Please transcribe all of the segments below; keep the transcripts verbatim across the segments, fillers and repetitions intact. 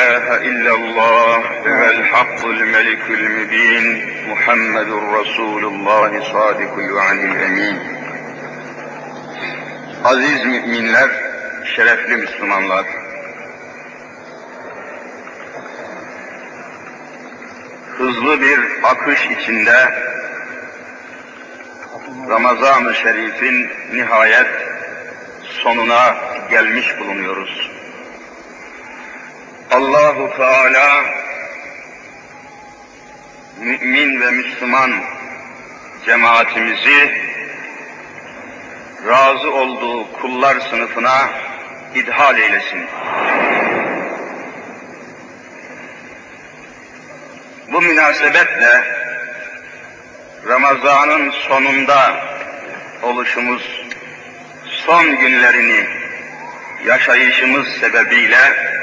إله إلا الله هو الحق الملك المبين محمد رسول الله صادق الوعد الأمين. Aziz müminler, şerefli Müslümanlar, hızlı bir akış içinde Ramazan-ı Şerif'in nihayet sonuna gelmiş bulunuyoruz. Allahu Teala mümin ve Müslüman cemaatimizi razı olduğu kullar sınıfına idhal eylesin. Bu münasebetle Ramazan'ın sonunda oluşumuz, son günlerini yaşayışımız sebebiyle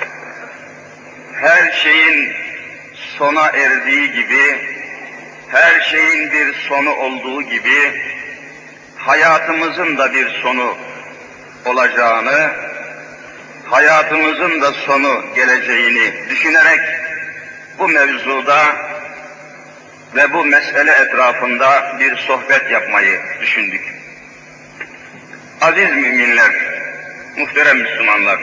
her şeyin sona erdiği gibi, her şeyin bir sonu olduğu gibi hayatımızın da bir sonu olacağını, hayatımızın da sonu geleceğini düşünerek bu mevzuda ve bu mesele etrafında bir sohbet yapmayı düşündük. Aziz müminler, muhterem Müslümanlar,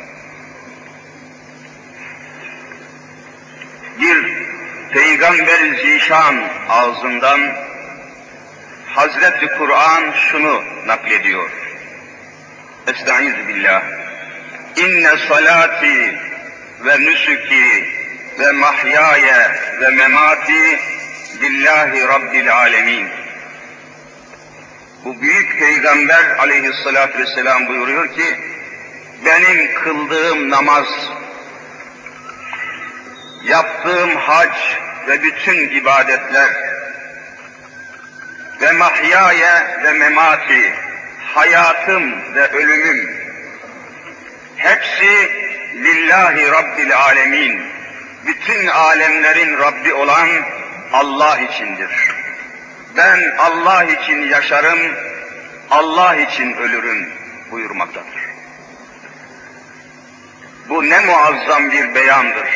bir Peygamber-i Zişan ağzından Hazreti Kur'an şunu naklediyor. Estaizu billah. İnne salati ve nusuki ve mahyaya ve memati lillahi rabbil alemin. Bu büyük Peygamber aleyhissalatü vesselam buyuruyor ki, benim kıldığım namaz, yaptığım hac ve bütün ibadetler ve mahyaya ve memati, hayatım ve ölümüm, hepsi lillahi rabbil alemin, bütün alemlerin Rabbi olan Allah içindir. Ben Allah için yaşarım, Allah için ölürüm buyurmaktadır. Bu ne muazzam bir beyandır.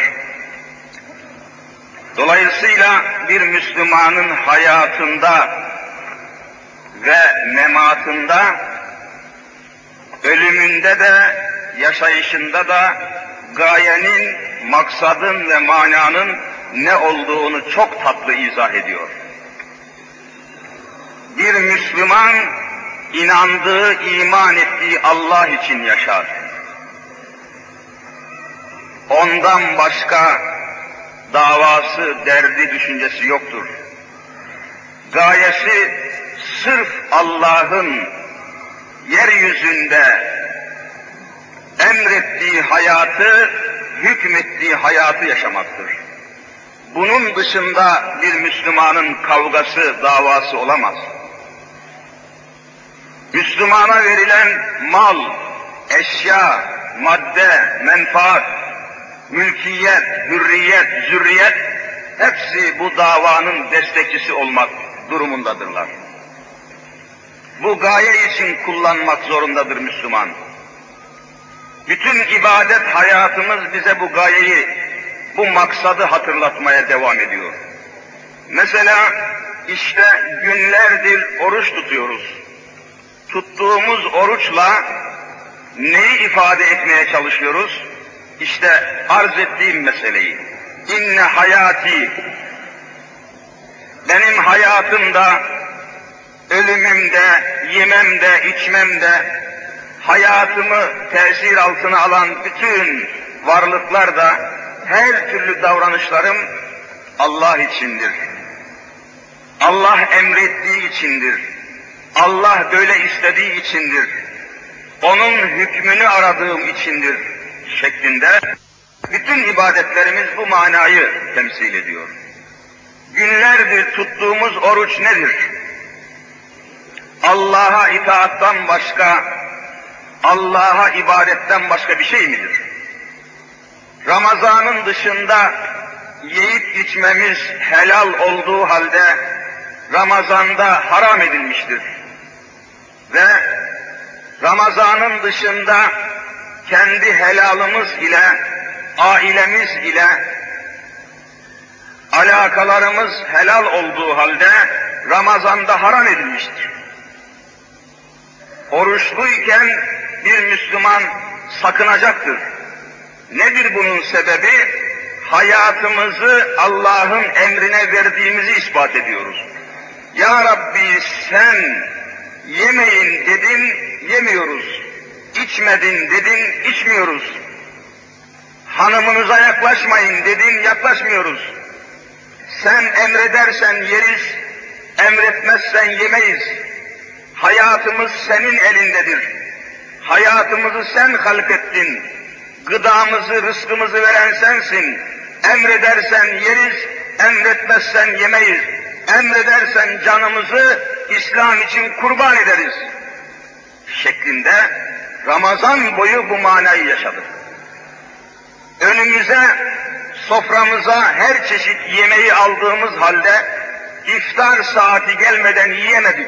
Dolayısıyla bir Müslümanın hayatında ve mematında, ölümünde de, yaşayışında da gayenin, maksadın ve mananın ne olduğunu çok tatlı izah ediyor. Bir Müslüman, inandığı, iman ettiği Allah için yaşar. Ondan başka davası, derdi, düşüncesi yoktur. Gayesi sırf Allah'ın yeryüzünde emrettiği hayatı, hükmettiği hayatı yaşamaktır. Bunun dışında bir Müslümanın kavgası, davası olamaz. Müslümana verilen mal, eşya, madde, menfaat, mülkiyet, hürriyet, zürriyet, hepsi bu davanın destekçisi olmak durumundadırlar. Bu gaye için kullanmak zorundadır Müslüman. Bütün ibadet hayatımız bize bu gayeyi, bu maksadı hatırlatmaya devam ediyor. Mesela işte günlerdir oruç tutuyoruz. Tuttuğumuz oruçla neyi ifade etmeye çalışıyoruz? İşte arz ettiğim meseleyi. İnne hayati, benim hayatımda, ölümümde, yememde, içmemde, hayatımı tesir altına alan bütün varlıklar da, her türlü davranışlarım Allah içindir. Allah emrettiği içindir. Allah böyle istediği içindir. Onun hükmünü aradığım içindir şeklinde bütün ibadetlerimiz bu manayı temsil ediyor. Günlerdir tuttuğumuz oruç nedir? Allah'a itaattan başka, Allah'a ibadetten başka bir şey midir? Ramazanın dışında yiyip içmemiz helal olduğu halde Ramazan'da haram edilmiştir. Ve Ramazan'ın dışında kendi helalımız ile ailemiz ile alakalarımız helal olduğu halde Ramazan'da haram edilmiştir. Oruçluyken bir Müslüman sakınacaktır. Nedir bunun sebebi? Hayatımızı Allah'ın emrine verdiğimizi ispat ediyoruz. Ya Rabbi sen yemeyin dedin, yemiyoruz. İçmedin dedin, içmiyoruz. Hanımınıza yaklaşmayın dedin, yaklaşmıyoruz. Sen emredersen yeriz, emretmezsen yemeyiz. Hayatımız senin elindedir. Hayatımızı sen halkettin. Gıdamızı, rızkımızı veren sensin. Emredersen yeriz, emretmezsen yemeyiz. Emredersen canımızı İslam için kurban ederiz. Şeklinde Ramazan boyu bu manayı yaşadık. Önümüze, soframıza her çeşit yemeği aldığımız halde iftar saati gelmeden yiyemedik.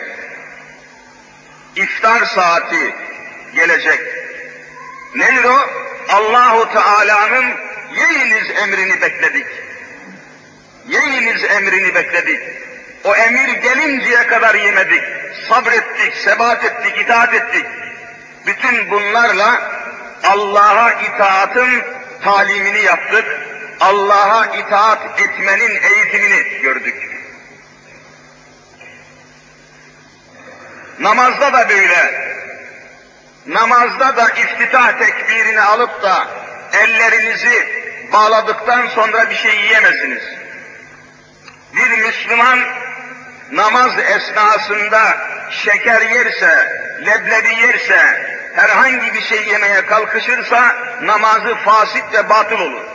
İftar saati gelecek. Nedir o? Allahu Teala'nın yiyiniz emrini bekledik. Yiyiniz emrini bekledik. O emir gelinceye kadar yemedik. Sabrettik, sebat ettik, itaat ettik. Bütün bunlarla Allah'a itaatın talimini yaptık. Allah'a itaat etmenin eğitimini gördük. Namazda da böyle. Namazda da iftitah tekbirini alıp da ellerinizi bağladıktan sonra bir şey yiyemezsiniz. Bir Müslüman namaz esnasında şeker yerse, leblebi yerse, herhangi bir şey yemeye kalkışırsa namazı fasit ve batıl olur.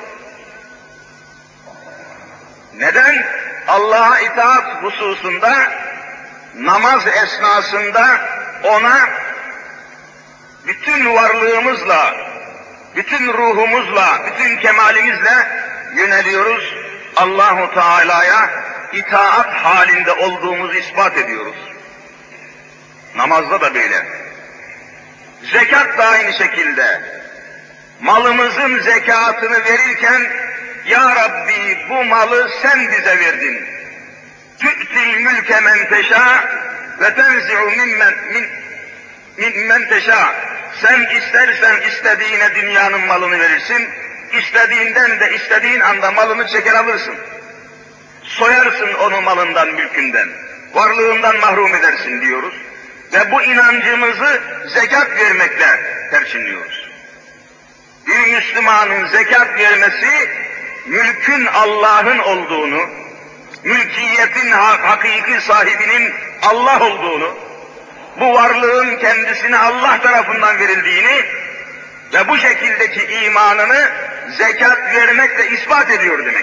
Neden? Allah'a itaat hususunda namaz esnasında ona bütün varlığımızla, bütün ruhumuzla, bütün kemalimizle yöneliyoruz. Allahu Teala'ya itaat halinde olduğumuzu ispat ediyoruz. Namazda da böyle. Zekat da aynı şekilde. Malımızın zekatını verirken, Ya Rabbi bu malı sen bize verdin. Tü'til mülke men teşâ ve tenzi'u mimmen min, mimmen teşâ. Sen istersen istediğine dünyanın malını verirsin, istediğinden de istediğin anda malını çeker alırsın. Soyarsın onu malından, mülkünden, varlığından mahrum edersin diyoruz. Ve bu inancımızı zekat vermekle perçinliyoruz. Bir Müslümanın zekat vermesi, mülkün Allah'ın olduğunu, mülkiyetin hakiki sahibinin Allah olduğunu, bu varlığın kendisine Allah tarafından verildiğini ve bu şekildeki imanını zekat vermekle ispat ediyor demek.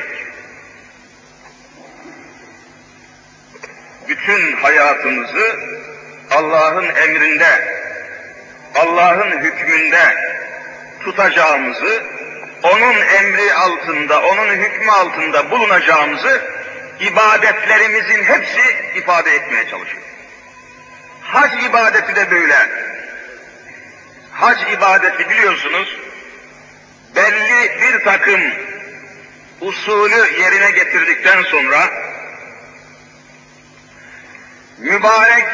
Bütün hayatımızı Allah'ın emrinde, Allah'ın hükmünde tutacağımızı, onun emri altında, onun hükmü altında bulunacağımızı ibadetlerimizin hepsi ifade etmeye çalışıyor. Hac ibadeti de böyle. Hac ibadeti biliyorsunuz, belli bir takım usulü yerine getirdikten sonra mübarek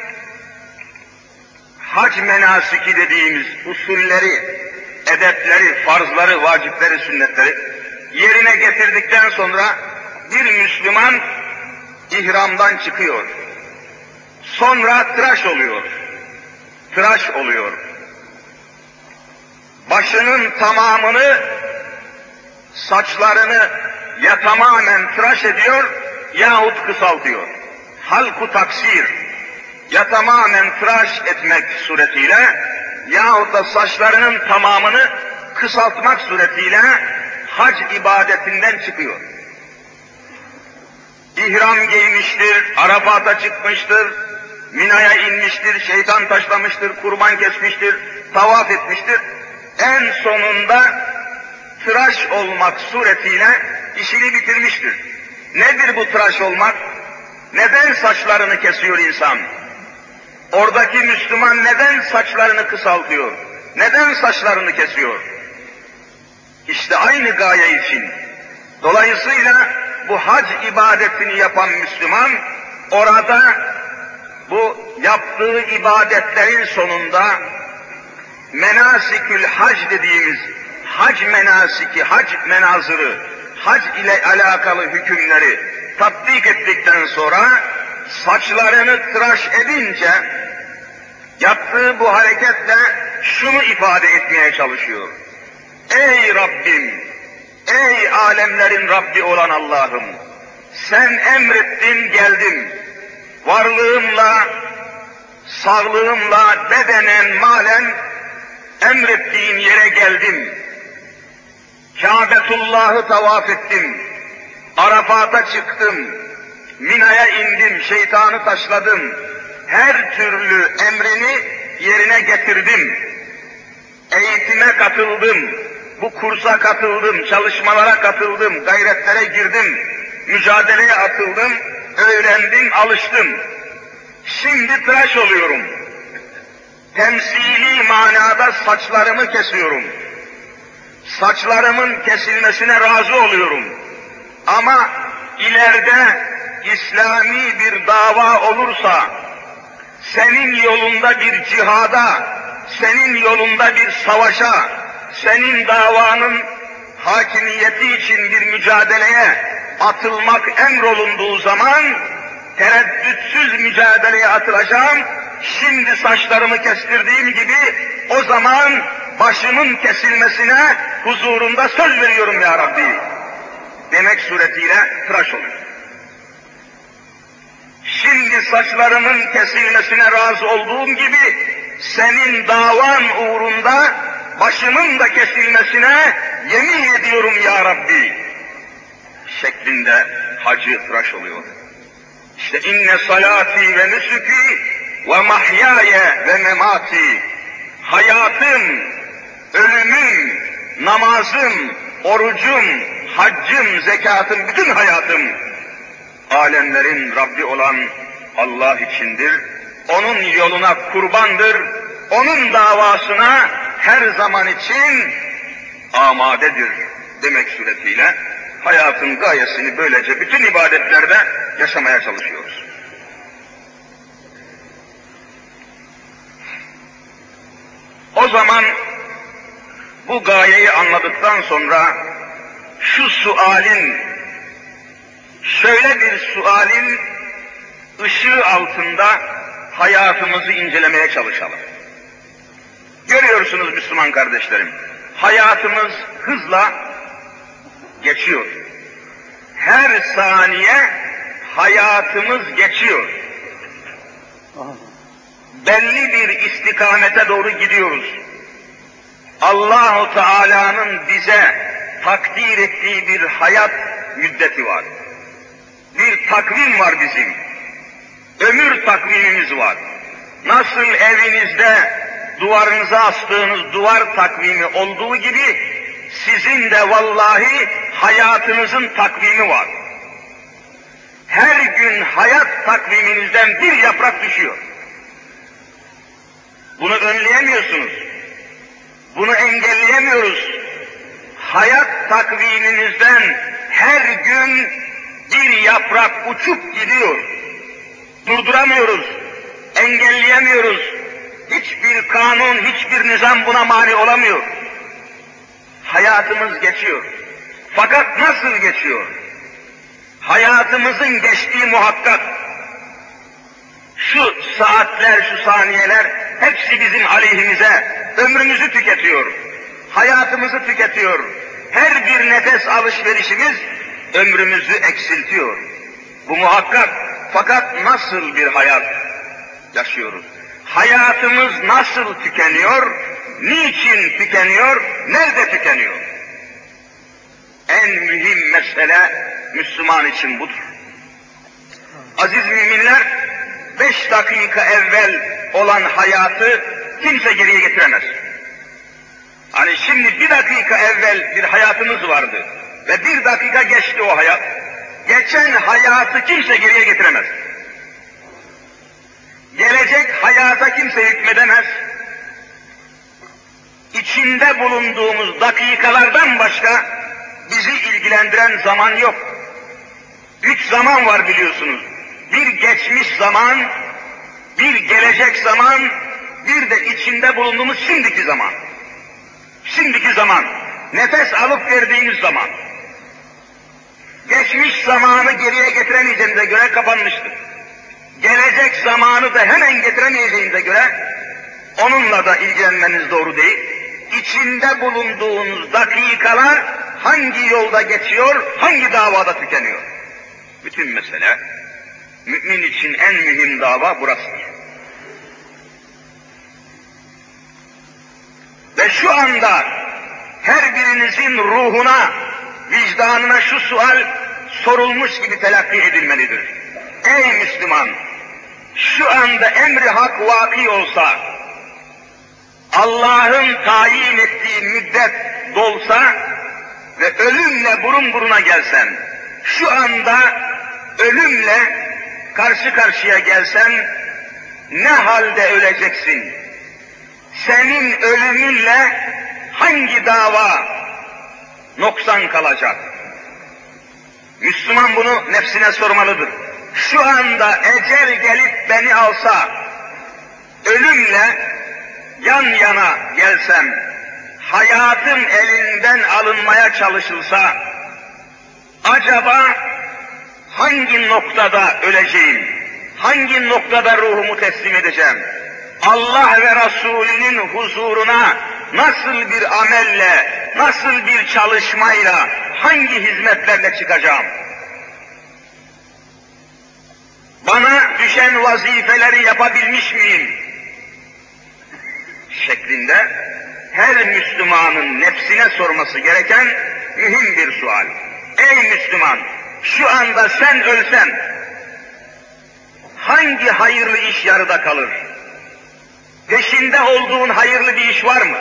hac menasiki dediğimiz usulleri, edepleri, farzları, vacipleri, sünnetleri yerine getirdikten sonra bir Müslüman ihramdan çıkıyor. Sonra tıraş oluyor. Tıraş oluyor. Başının tamamını, saçlarını ya tamamen tıraş ediyor yahut kısaltıyor. Halku taksir, ya tamamen tıraş etmek suretiyle yahut da saçlarının tamamını kısaltmak suretiyle hac ibadetinden çıkıyor. İhram giymiştir, Arafat'a çıkmıştır, Mina'ya inmiştir, şeytan taşlamıştır, kurban kesmiştir, tavaf etmiştir. En sonunda tıraş olmak suretiyle işini bitirmiştir. Nedir bu tıraş olmak? Neden saçlarını kesiyor insan? Oradaki Müslüman neden saçlarını kısaltıyor? Neden saçlarını kesiyor? İşte aynı aynı gaye için. Dolayısıyla bu hac ibadetini yapan Müslüman, orada bu yaptığı ibadetlerin sonunda menasikül hac dediğimiz hac menasiki, hac menazırı, hac ile alakalı hükümleri tatbik ettikten sonra saçlarını tıraş edince yaptığı bu hareketle şunu ifade etmeye çalışıyor. Ey Rabbim, ey alemlerin Rabbi olan Allah'ım, sen emrettin geldim. Varlığımla, sağlığımla, bedenen, malen emrettiğin yere geldim. Kâbetullah'ı tavaf ettim. Arafat'a çıktım. Mina'ya indim, şeytanı taşladım. Her türlü emrini yerine getirdim. Eğitime katıldım. Bu kursa katıldım, çalışmalara katıldım, gayretlere girdim, mücadeleye atıldım, öğrendim, alıştım. Şimdi tıraş oluyorum. Temsili manada saçlarımı kesiyorum. Saçlarımın kesilmesine razı oluyorum. Ama ileride İslami bir dava olursa, senin yolunda bir cihada, senin yolunda bir savaşa, senin davanın hakimiyeti için bir mücadeleye atılmak emrolunduğu zaman, tereddütsüz mücadeleye atılacağım. Şimdi saçlarımı kestirdiğim gibi, o zaman başımın kesilmesine huzurunda söz veriyorum ya Rabbi demek suretiyle tıraş olur. Şimdi saçlarımın kesilmesine razı olduğum gibi, senin davan uğrunda başımın da kesilmesine yemin ediyorum ya Rabbi şeklinde hacı tıraş oluyor. İşte inne salati ve nusuki ve mahyaye ve memati, hayatım, ölümüm, namazım, orucum, haccım, zekatım, bütün hayatım alemlerin Rabbi olan Allah içindir. Onun yoluna kurbandır. Onun davasına her zaman için amadedir demek suretiyle hayatın gayesini böylece bütün ibadetlerde yaşamaya çalışıyoruz. O zaman bu gayeyi anladıktan sonra şu sualin, şöyle bir sualin ışığı altında hayatımızı incelemeye çalışalım. Görüyorsunuz Müslüman kardeşlerim, hayatımız hızla geçiyor. Her saniye hayatımız geçiyor. Belli bir istikamete doğru gidiyoruz. Allah-u Teala'nın bize takdir ettiği bir hayat müddeti var. Bir takvim var bizim. Ömür takvimimiz var. Nasıl evinizde duvarınıza astığınız duvar takvimi olduğu gibi, sizin de vallahi hayatınızın takvimi var. Her gün hayat takviminizden bir yaprak düşüyor. Bunu önleyemiyorsunuz. Bunu engelleyemiyoruz. Hayat takviminizden her gün bir yaprak uçup gidiyor. Durduramıyoruz, engelleyemiyoruz. Hiçbir kanun, hiçbir nizam buna mani olamıyor. Hayatımız geçiyor. Fakat nasıl geçiyor? Hayatımızın geçtiği muhakkak. Şu saatler, şu saniyeler hepsi bizim aleyhimize ömrümüzü tüketiyor. Hayatımızı tüketiyor. Her bir nefes alışverişimiz ömrümüzü eksiltiyor. Bu muhakkak. Fakat nasıl bir hayat yaşıyoruz? Hayatımız nasıl tükeniyor? Niçin tükeniyor? Nerede tükeniyor? En mühim mesele Müslüman için budur. Aziz müminler, beş dakika evvel olan hayatı kimse geriye getiremez. Hani şimdi bir dakika evvel bir hayatımız vardı ve bir dakika geçti o hayat. Geçen hayatı kimse geriye getiremez. Gelecek hayata kimse hükmedemez. İçinde bulunduğumuz dakikalardan başka ilgilendiren zaman yok. Üç zaman var biliyorsunuz. Bir geçmiş zaman, bir gelecek zaman, bir de içinde bulunduğumuz şimdiki zaman. Şimdiki zaman, nefes alıp verdiğimiz zaman. Geçmiş zamanı geriye getiremeyeceğimize göre kapanmıştır. Gelecek zamanı da hemen getiremeyeceğimize göre onunla da ilgilenmeniz doğru değil. İçinde bulunduğunuz dakikalar hangi yolda geçiyor, hangi davada tükeniyor? Bütün mesele, mümin için en mühim dava burasıdır. Ve şu anda her birinizin ruhuna, vicdanına şu sual sorulmuş gibi telakki edilmelidir. Ey Müslüman! Şu anda emri hak vaki olsa, Allah'ın tayin ettiği müddet dolsa ve ölümle burun buruna gelsen, şu anda ölümle karşı karşıya gelsen, ne halde öleceksin? Senin ölümünle hangi dava noksan kalacak? Müslüman bunu nefsine sormalıdır. Şu anda ecel gelip beni alsa, ölümle yan yana gelsem, hayatım elinden alınmaya çalışılsa, acaba hangi noktada öleceğim? Hangi noktada ruhumu teslim edeceğim? Allah ve Resulünün huzuruna nasıl bir amelle, nasıl bir çalışmayla, hangi hizmetlerle çıkacağım? Bana düşen vazifeleri yapabilmiş miyim? Şeklinde her Müslümanın nefsine sorması gereken mühim bir sual. Ey Müslüman! Şu anda sen ölsen, hangi hayırlı iş yarıda kalır? Peşinde olduğun hayırlı bir iş var mı?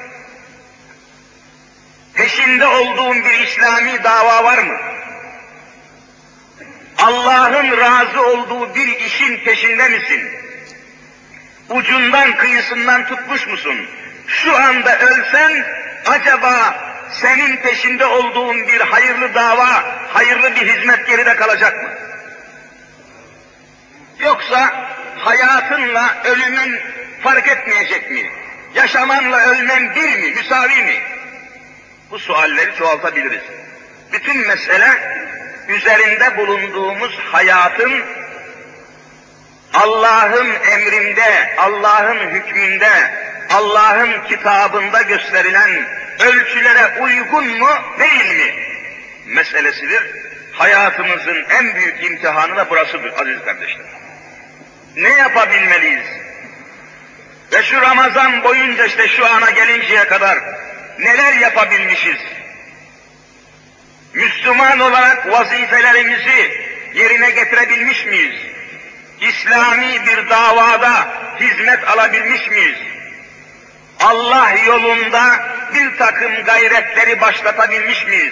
Peşinde olduğun bir İslami dava var mı? Allah'ın razı olduğu bir işin peşinde misin? Ucundan kıyısından tutmuş musun? Şu anda ölsen, acaba senin peşinde olduğun bir hayırlı dava, hayırlı bir hizmet geride kalacak mı? Yoksa hayatınla ölümün fark etmeyecek mi? Yaşamanla ölmen bir mi, müsavi mi? Bu sualleri çoğaltabiliriz. Bütün mesele, üzerinde bulunduğumuz hayatın Allah'ın emrinde, Allah'ın hükmünde, Allah'ın kitabında gösterilen ölçülere uygun mu, değil mi meselesidir. Hayatımızın en büyük imtihanı da burasıdır aziz kardeşler. Ne yapabilmeliyiz? Ve şu Ramazan boyunca işte şu ana gelinceye kadar neler yapabilmişiz? Müslüman olarak vazifelerimizi yerine getirebilmiş miyiz? İslami bir davada hizmet alabilmiş miyiz? Allah yolunda bir takım gayretleri başlatabilmiş miyiz?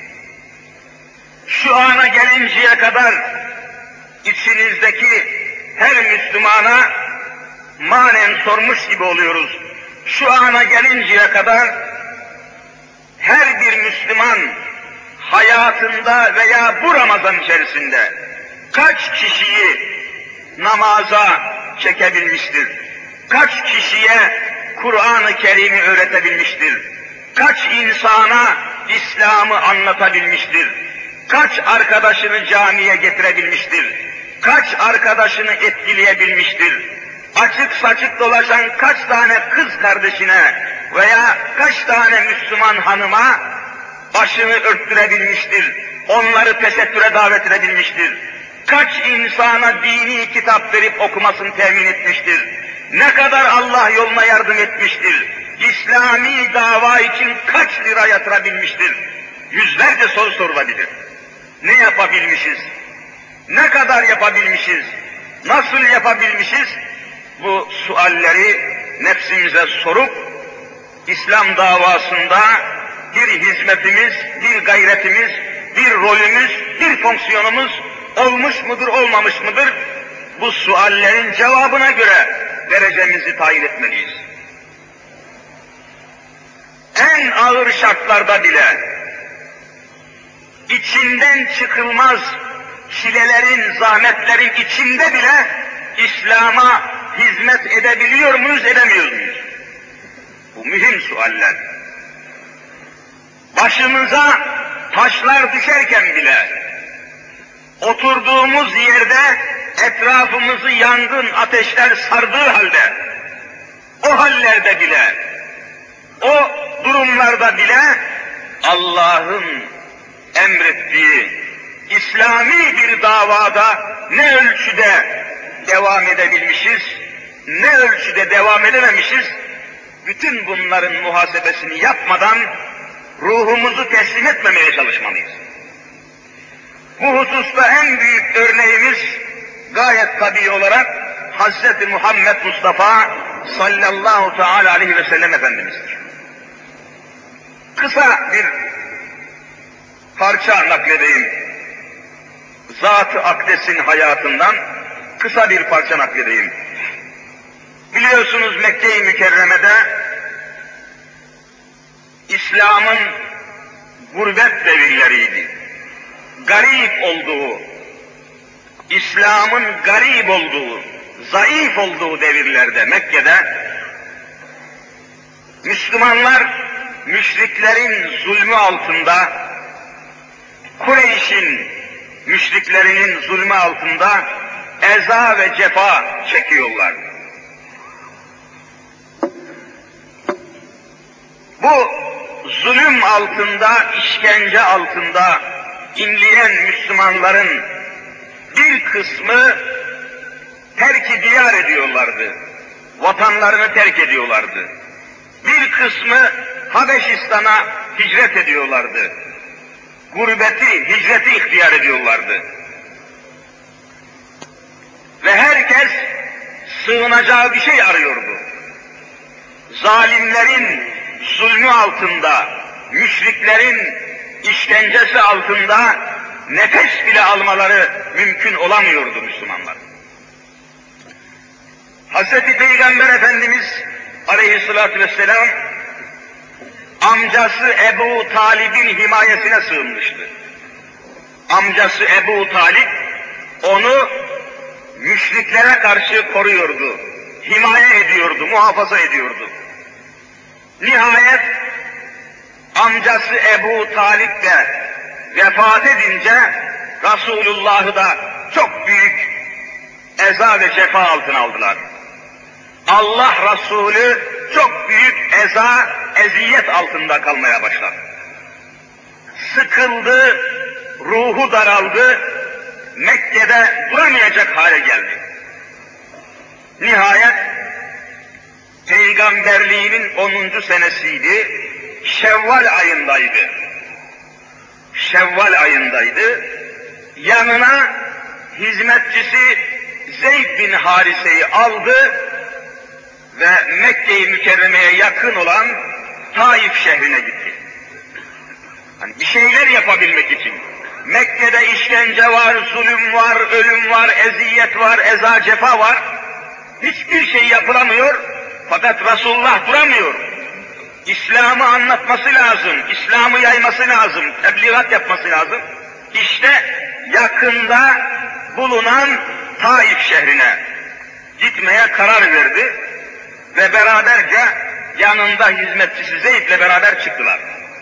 Şu ana gelinceye kadar içinizdeki her Müslümana manen sormuş gibi oluyoruz. Şu ana gelinceye kadar her bir Müslüman hayatında veya bu Ramazan içerisinde kaç kişiyi namaza çekebilmiştir? Kaç kişiye Kur'an-ı Kerim'i öğretebilmiştir? Kaç insana İslam'ı anlatabilmiştir? Kaç arkadaşını camiye getirebilmiştir? Kaç arkadaşını etkileyebilmiştir? Açık saçık dolaşan kaç tane kız kardeşine veya kaç tane Müslüman hanıma başını örttürebilmiştir? Onları tesettüre davet edebilmiştir? Kaç insana dini kitap verip okumasını temin etmiştir? Ne kadar Allah yoluna yardım etmiştir? İslami dava için kaç lira yatırabilmiştir? Yüzlerce soru sorulabilir. Ne yapabilmişiz? Ne kadar yapabilmişiz? Nasıl yapabilmişiz? Bu sualleri nefsimize sorup, İslam davasında bir hizmetimiz, bir gayretimiz, bir rolümüz, bir fonksiyonumuz olmuş mudur, olmamış mıdır? Bu suallerin cevabına göre derecemizi tayin etmeliyiz. En ağır şartlarda bile içinden çıkılmaz çilelerin, zahmetlerin içinde bile İslam'a hizmet edebiliyor muyuz, edemiyor muyuz? Bu mühim sualler. Başımıza taşlar düşerken bile, oturduğumuz yerde etrafımızı yangın, ateşler sardığı halde, o hallerde bile, o durumlarda bile Allah'ın emrettiği İslami bir davada ne ölçüde devam edebilmişiz, ne ölçüde devam edememişiz, bütün bunların muhasebesini yapmadan ruhumuzu teslim etmemeye çalışmalıyız. Bu hususta en büyük örneğimiz gayet tabii olarak Hazreti Muhammed Mustafa sallallahu teala aleyhi ve sellem Efendimiz'dir. Kısa bir parça nakledeyim. Zat-ı Akdes'in hayatından kısa bir parça nakledeyim. Biliyorsunuz Mekke-i Mükerreme'de İslam'ın gurbet devirleriydi. Garip olduğu, İslam'ın garip olduğu, zayıf olduğu devirlerde Mekke'de Müslümanlar müşriklerin zulmü altında, Kureyş'in müşriklerinin zulmü altında eza ve cefa çekiyorlar. Bu zulüm altında, işkence altında inleyen Müslümanların bir kısmı terk-i diyar ediyorlardı. Vatanlarını terk ediyorlardı. Bir kısmı Habeşistan'a hicret ediyorlardı. Gurbeti, hicreti ihtiyar ediyorlardı. Ve herkes sığınacağı bir şey arıyordu. Zalimlerin zulmü altında, müşriklerin işkencesi altında nefes bile almaları mümkün olamıyordu Müslümanlar. Hazreti Peygamber Efendimiz aleyhissalatü vesselam amcası Ebu Talib'in himayesine sığınmıştı. Amcası Ebu Talib onu müşriklere karşı koruyordu, himaye ediyordu, muhafaza ediyordu. Nihayet amcası Ebu Talib de vefat edince Resulullah'ı da çok büyük eza ve cefa altına aldılar. Allah Resulü çok büyük eza, eziyet altında kalmaya başladı. Sıkıldı, ruhu daraldı, Mekke'de duramayacak hale geldi. Nihayet peygamberliğinin onuncu senesiydi, Şevval ayındaydı. Şevval ayındaydı, yanına hizmetçisi Zeyd bin Harise'yi aldı ve Mekke-i Mükerreme'ye yakın olan Taif şehrine gitti. Hani bir şeyler yapabilmek için. Mekke'de işkence var, zulüm var, ölüm var, eziyet var, eza cefa var. Hiçbir şey yapılamıyor, fakat Resulullah duramıyor. İslam'ı anlatması lazım, İslam'ı yayması lazım, tebliğat yapması lazım. İşte yakında bulunan Taif şehrine gitmeye karar verdi ve beraberce yanında hizmetçisi Zeyd'le beraber çıktılar.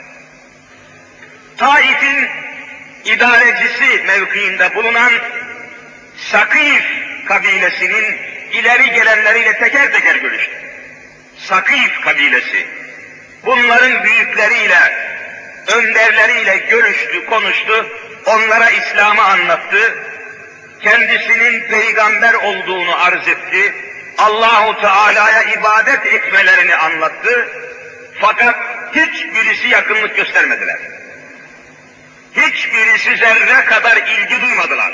Taif'in idarecisi mevkiinde bulunan Sakif kabilesinin ileri gelenleriyle teker teker görüştü. Sakif kabilesi, bunların büyükleriyle, önderleriyle görüştü, konuştu, onlara İslam'ı anlattı, kendisinin peygamber olduğunu arz etti, Allahu Teala'ya ibadet etmelerini anlattı, fakat hiçbirisi yakınlık göstermediler. Hiçbirisi zerre kadar ilgi duymadılar.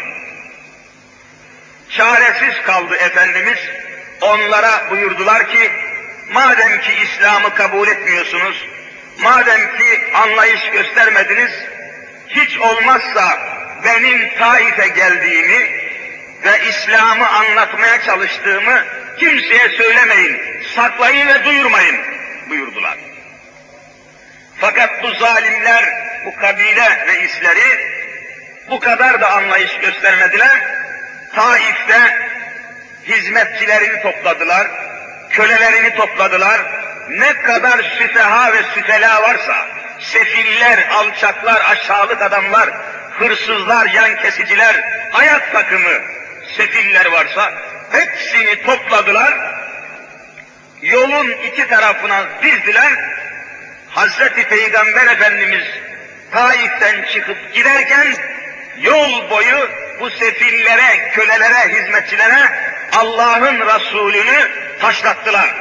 Çaresiz kaldı Efendimiz, onlara buyurdular ki, madem ki İslam'ı kabul etmiyorsunuz, madem ki anlayış göstermediniz, hiç olmazsa benim Taif'e geldiğimi ve İslam'ı anlatmaya çalıştığımı kimseye söylemeyin, saklayın ve duyurmayın buyurdular. Fakat bu zalimler bu kabile reisleri bu kadar da anlayış göstermediler. Taif'te hizmetçilerini topladılar, kölelerini topladılar. Ne kadar süfeha ve süfela varsa, sefiller, alçaklar, aşağılık adamlar, hırsızlar, yan kesiciler, ayak takımı sefiller varsa hepsini topladılar. Yolun iki tarafına dizdiler. Hazreti Peygamber Efendimiz Taif'ten çıkıp giderken yol boyu bu sefillere, kölelere, hizmetçilere Allah'ın Resulü'nü taşlattılar.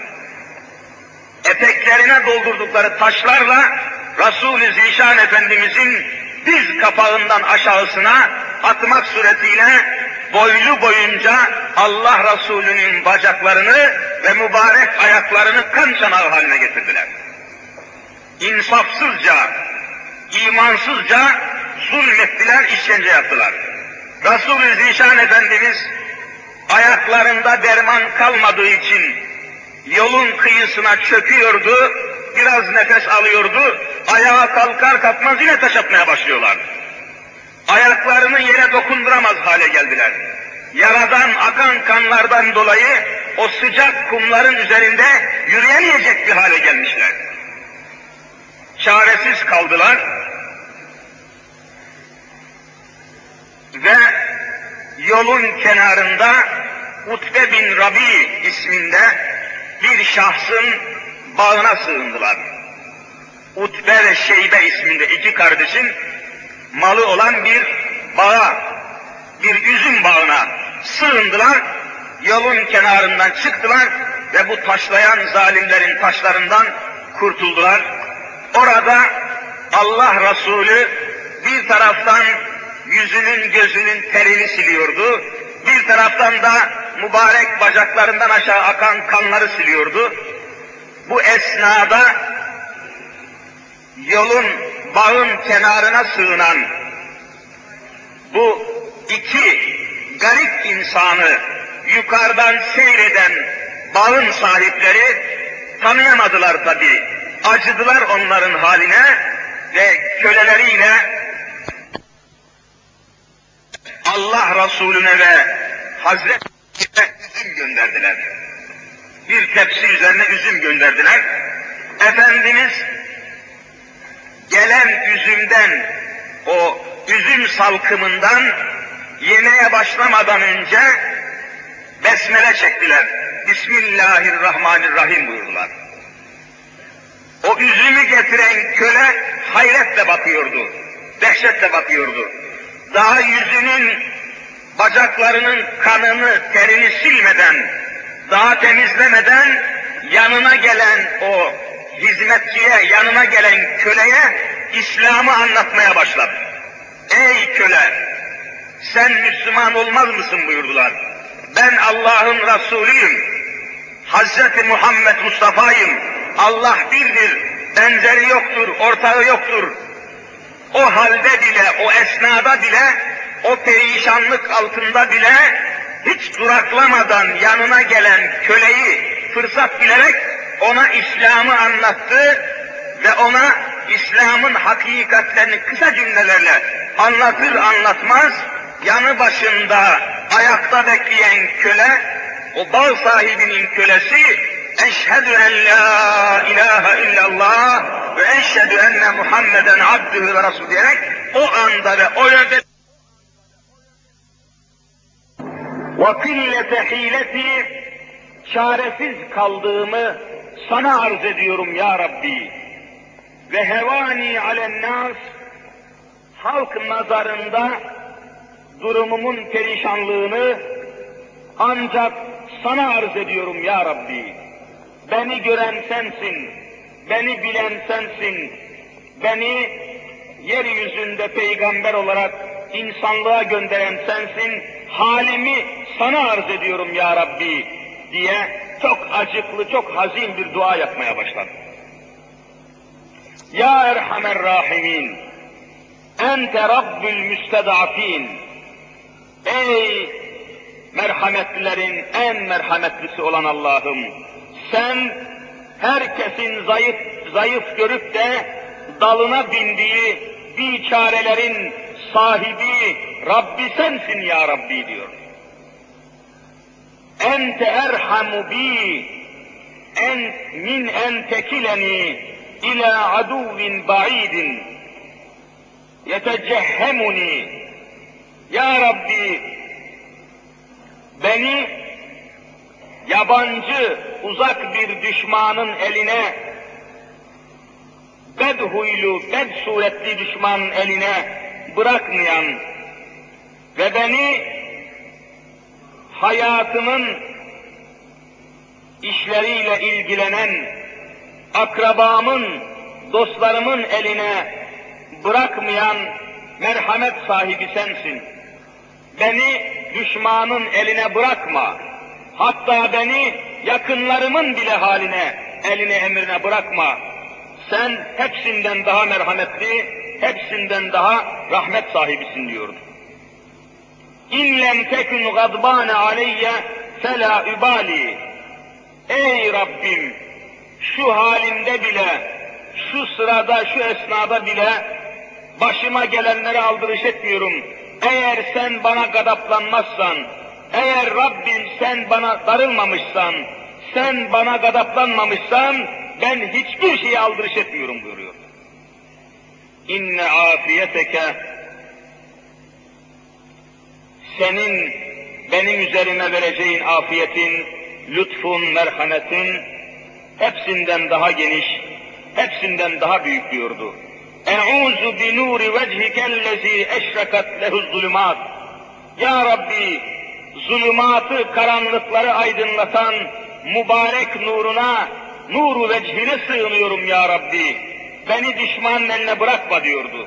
Eteklerine doldurdukları taşlarla Resul-i Zişan Efendimizin diz kapağından aşağısına atmak suretiyle boylu boyunca Allah Resulü'nün bacaklarını ve mübarek ayaklarını kan çanağı haline getirdiler. İnsafsızca, imansızca zulmettiler, işkence yaptılar. Resul-i Zişan Efendimiz ayaklarında derman kalmadığı için yolun kıyısına çöküyordu, biraz nefes alıyordu, ayağa kalkar kalkmaz yine taş atmaya başlıyorlar. Ayaklarını yere dokunduramaz hale geldiler. Yaradan akan kanlardan dolayı o sıcak kumların üzerinde yürüyemeyecek bir hale gelmişler. Çaresiz kaldılar ve yolun kenarında Utbe bin Rabi isminde bir şahsın bağına sığındılar. Utbe ve Şeybe isminde iki kardeşin malı olan bir bağa, bir üzüm bağına sığındılar, yolun kenarından çıktılar ve bu taşlayan zalimlerin taşlarından kurtuldular. Orada Allah Resulü bir taraftan yüzünün gözünün terini siliyordu, bir taraftan da mübarek bacaklarından aşağı akan kanları siliyordu. Bu esnada yolun, bağın kenarına sığınan bu iki garip insanı yukarıdan seyreden bağın sahipleri tanıyamadılar tabii. Acıdılar onların haline ve köleleriyle Allah Resulüne ve Hazretine üzüm gönderdiler. Bir tepsi üzerine üzüm gönderdiler. Efendimiz gelen üzümden, o üzüm salkımından yemeğe başlamadan önce besmele çektiler. Bismillahirrahmanirrahim buyurdular. O üzümü getiren köle hayretle bakıyordu, dehşetle bakıyordu. Daha yüzünün, bacaklarının kanını, terini silmeden, daha temizlemeden yanına gelen o hizmetçiye, yanına gelen köleye İslam'ı anlatmaya başladı. Ey köle, sen Müslüman olmaz mısın buyurdular. Ben Allah'ın Resulüyüm, Hazreti Muhammed Mustafa'yım, Allah birdir, benzeri yoktur, ortağı yoktur. O halde bile, o esnada bile, o perişanlık altında bile hiç duraklamadan yanına gelen köleyi fırsat bilerek ona İslam'ı anlattı ve ona İslam'ın hakikatlerini kısa cümlelerle anlatır anlatmaz yanı başında ayakta bekleyen köle, o bağ sahibinin kölesi, eşhedü en la ilahe illallah ve eşhedü enne Muhammeden abdühü ve rasul diyerek o anda ve o yönde وَقِلَّةَ حِيلَتِي çaresiz kaldığımı sana arz ediyorum ya Rabbi. Ve hevani alennâs halk nazarında durumumun perişanlığını ancak sana arz ediyorum ya Rabbi. Beni gören sensin, beni bilen sensin, beni yeryüzünde peygamber olarak insanlığa gönderen sensin, halimi sana arz ediyorum ya Rabbi diye çok acıklı, çok hazin bir dua yapmaya başladı. Ya Erhamer Rahimin, Ente Rabbül Müstedafin, ey merhametlilerin en merhametlisi olan Allah'ım, sen herkesin zayıf, zayıf görüp de dalına bindiği biçarelerin sahibi Rabbi sensin ya Rabbi diyor. Ente erhamu bi en min en tekileni ila aduvin ba'idin yetecehhemuni. Ya Rabbi, beni yabancı, uzak bir düşmanın eline, bed huylu, bed suretli düşmanın eline bırakmayan ve beni hayatımın işleriyle ilgilenen akrabamın, dostlarımın eline bırakmayan merhamet sahibi sensin. Beni düşmanın eline bırakma. Hatta beni yakınlarımın bile haline, eline emrine bırakma. Sen hepsinden daha merhametli, hepsinden daha rahmet sahibisin diyordu. İn lem tekun gadbane aleyye fela übali. Ey Rabbim, şu halimde bile, şu sırada, şu esnada bile başıma gelenlere aldırış etmiyorum. Eğer sen bana gadaplanmazsan, eğer Rabbim sen bana darılmamışsan, sen bana gadaplanmamışsan, ben hiçbir şeye aldırış etmiyorum buyuruyor. İnne afiyeteke, senin benim üzerime vereceğin afiyetin, lütfun, merhametin hepsinden daha geniş, hepsinden daha büyük diyordu. E'ûzu bi nûri vechikellezî eşrekat lehuz zulümât. Ya Rabbi, zulümatı, karanlıkları aydınlatan mübarek nuruna, nuru vechine sığınıyorum ya Rabbi. Beni düşmanın eline bırakma diyordu.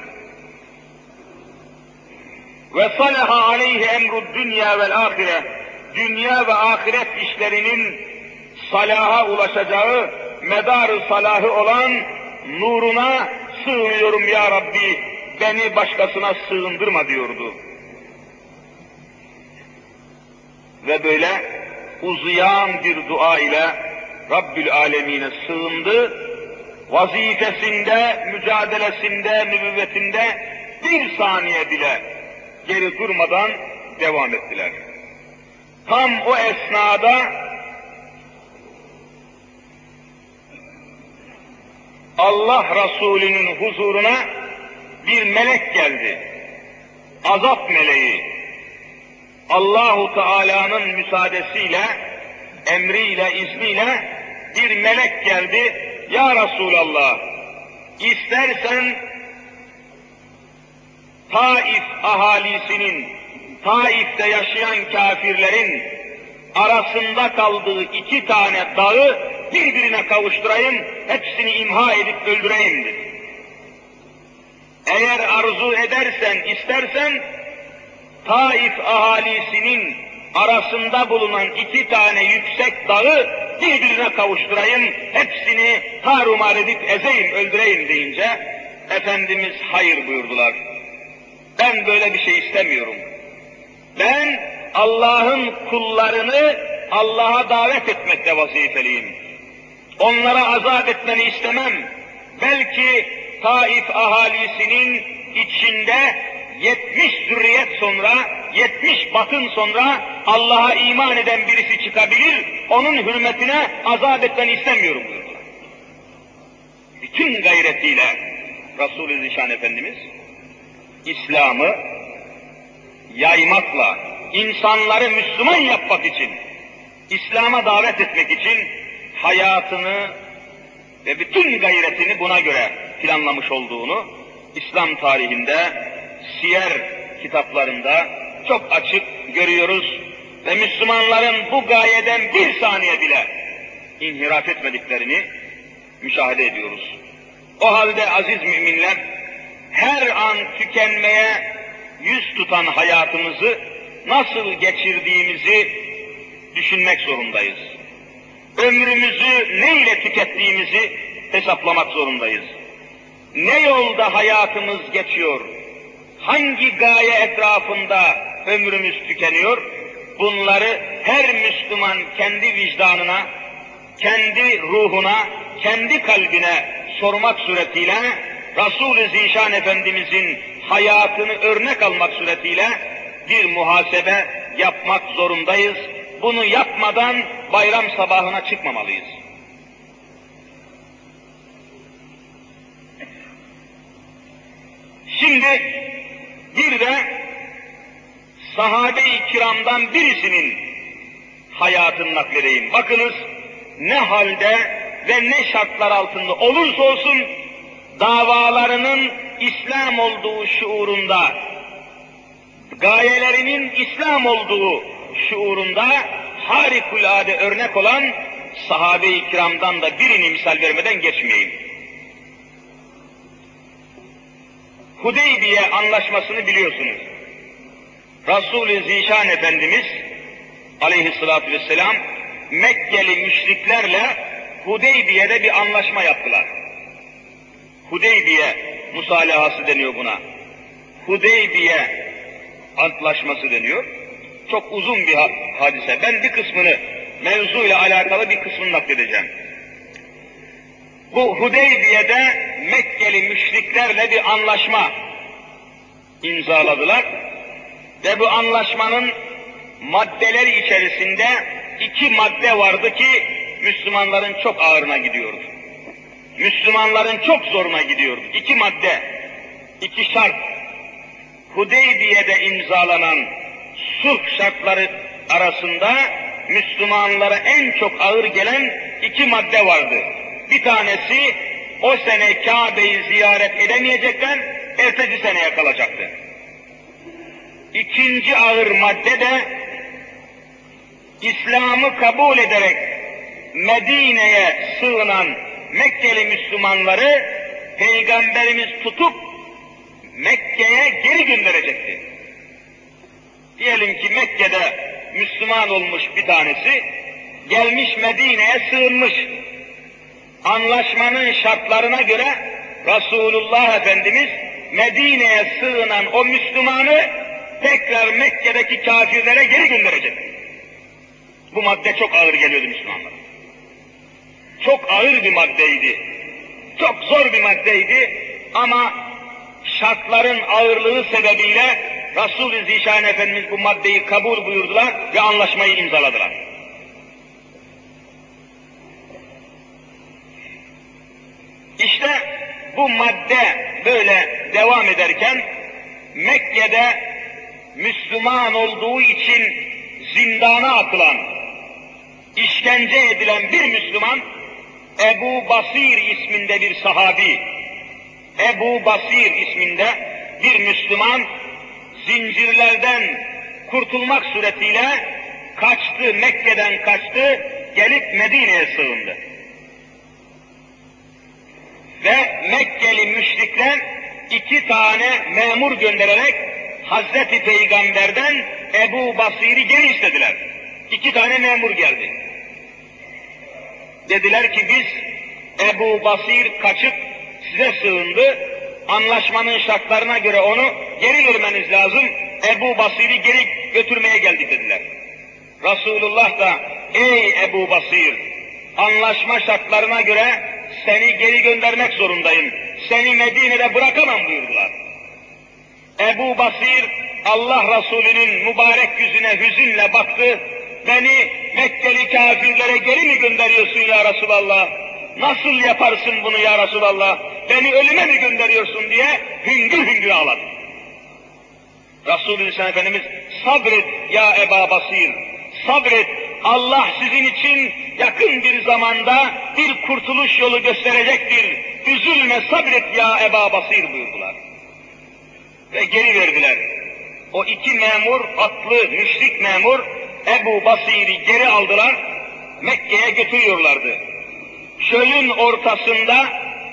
Ve salaha aleyhi emrud dünya vel ahire. Dünya ve ahiret işlerinin salaha ulaşacağı, medarı salahı olan nuruna sığınıyorum ya Rabbi. Beni başkasına sığındırma diyordu. Ve böyle uzayan bir dua ile Rabbül Alemin'e sığındı. Vazifesinde, mücadelesinde, nübüvvetinde bir saniye bile geri durmadan devam ettiler. Tam o esnada Allah Resulü'nün huzuruna bir melek geldi. Azap meleği. Allahu Teala'nın müsaadesiyle, emriyle, izniyle bir melek geldi. Ya Resulallah, istersen Taif ahalisinin, Taif'te yaşayan kafirlerin arasında kaldığı iki tane dağı birbirine kavuşturayım, hepsini imha edip öldüreyim dedi. Eğer arzu edersen, istersen Taif ahalisinin arasında bulunan iki tane yüksek dağı birbirine kavuşturayım, hepsini tarumar edip ezeyim, öldüreyim deyince Efendimiz hayır buyurdular. Ben böyle bir şey istemiyorum. Ben Allah'ın kullarını Allah'a davet etmekle vazifeliyim. Onlara azap etmeni istemem. Belki Taif ahalisinin içinde yetmiş zürriyet sonra, yetmiş batın sonra Allah'a iman eden birisi çıkabilir, onun hürmetine azap etmeni istemiyorum buyurdular. Bütün gayretiyle Resul-i Zişan Efendimiz İslam'ı yaymakla, insanları Müslüman yapmak için, İslam'a davet etmek için hayatını ve bütün gayretini buna göre planlamış olduğunu İslam tarihinde, siyer kitaplarında çok açık görüyoruz ve Müslümanların bu gayeden bir saniye bile inhiraf etmediklerini müşahede ediyoruz. O halde aziz müminler, her an tükenmeye yüz tutan hayatımızı nasıl geçirdiğimizi düşünmek zorundayız. Ömrümüzü neyle tükettiğimizi hesaplamak zorundayız. Ne yolda hayatımız geçiyor, hangi gaye etrafında ömrümüz tükeniyor, bunları her Müslüman kendi vicdanına, kendi ruhuna, kendi kalbine sormak suretiyle Resul-i Zişan Efendimizin hayatını örnek almak suretiyle bir muhasebe yapmak zorundayız. Bunu yapmadan bayram sabahına çıkmamalıyız. Şimdi bir de sahabe-i kiramdan birisinin hayatını nakledeyim. Bakınız ne halde ve ne şartlar altında olursa olsun davalarının İslam olduğu şuurunda, gayelerinin İslam olduğu şuurunda harikulade örnek olan sahabe-i kiramdan da birini misal vermeden geçmeyeyim. Hudeybiye anlaşmasını biliyorsunuz. Resul-i Zişan Efendimiz aleyhissalatu vesselam Mekkeli müşriklerle Hudeybiye'de bir anlaşma yaptılar. Hudeybiye musalahası deniyor buna. Hudeybiye antlaşması deniyor. Çok uzun bir hadise. Ben bir kısmını, mevzuyla alakalı bir kısmını nakledeceğim. Bu Hudeybiye'de Mekkeli müşriklerle bir anlaşma imzaladılar. Ve bu anlaşmanın maddeleri içerisinde iki madde vardı ki Müslümanların çok ağırına gidiyordu. Müslümanların çok zoruna gidiyordu. İki madde, iki şart. Hudeybiye'de imzalanan sulh şartları arasında Müslümanlara en çok ağır gelen iki madde vardı. Bir tanesi o sene Kabe'yi ziyaret edemeyecekler, ertesi seneye kalacaktı. İkinci ağır madde de İslam'ı kabul ederek Medine'ye sığınan Mekkeli Müslümanları Peygamberimiz tutup Mekke'ye geri gönderecekti. Diyelim ki Mekke'de Müslüman olmuş bir tanesi, gelmiş Medine'ye sığınmış. Anlaşmanın şartlarına göre Resulullah Efendimiz Medine'ye sığınan o Müslümanı tekrar Mekke'deki kafirlere geri gönderecekti. Bu madde çok ağır geliyordu Müslümanlara. Çok ağır bir maddeydi. Çok zor bir maddeydi ama şartların ağırlığı sebebiyle Resul-i Zişan Efendimiz bu maddeyi kabul buyurdular ve anlaşmayı imzaladılar. İşte bu madde böyle devam ederken Mekke'de Müslüman olduğu için zindana atılan, işkence edilen bir Müslüman, Ebu Basir isminde bir sahabi, Ebu Basir isminde bir Müslüman, zincirlerden kurtulmak suretiyle kaçtı, Mekke'den kaçtı, gelip Medine'ye sığındı. Ve Mekkeli müşrikler iki tane memur göndererek Hazreti Peygamber'den Ebu Basir'i geri istediler. İki tane memur geldi. Dediler ki biz Ebu Basir kaçıp size sığındı, anlaşmanın şartlarına göre onu geri vermeniz lazım, Ebu Basir'i geri götürmeye geldik dediler. Resulullah da ey Ebu Basir, anlaşma şartlarına göre seni geri göndermek zorundayım, seni Medine'de bırakamam buyurdular. Ebu Basir Allah Resulü'nün mübarek yüzüne hüzünle baktı, beni Mekkeli kafirlere geri mi gönderiyorsun ya Resulallah? Nasıl yaparsın bunu ya Resulallah? Beni ölüme mi gönderiyorsun diye hüngür hüngür ağladı. Resulü Efendimiz sabret ya Ebu Basir, sabret, Allah sizin için yakın bir zamanda bir kurtuluş yolu gösterecektir. Üzülme, sabret ya Ebu Basir buyurdular. Ve geri verdiler. O iki memur, atlı müşrik memur Ebu Basir'i geri aldılar, Mekke'ye götürüyorlardı. Çölün ortasında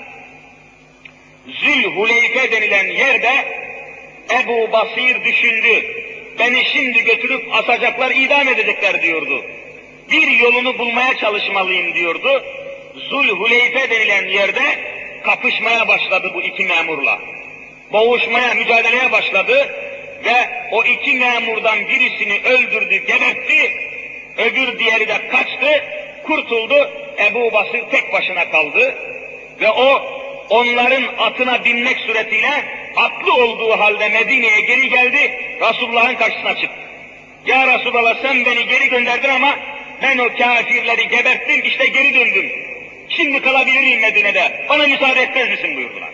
Zülhuleyfe denilen yerde Ebu Basir düşündü. Beni şimdi götürüp asacaklar, idam edecekler diyordu. Bir yolunu bulmaya çalışmalıyım diyordu. Zülhuleyfe denilen yerde kapışmaya başladı bu iki memurla. Boğuşmaya, mücadeleye başladı ve o iki memurdan birisini öldürdü, gebertti, öbür diğeri de kaçtı, kurtuldu. Ebu Basir tek başına kaldı ve o onların atına binmek suretiyle atlı olduğu halde Medine'ye geri geldi, Resulullah'ın karşısına çıktı. Ya Resulallah, sen beni geri gönderdin ama ben o kafirleri geberttim, işte geri döndüm. Şimdi kalabilir miyim Medine'de? Bana müsaade etmez misin buyurdular.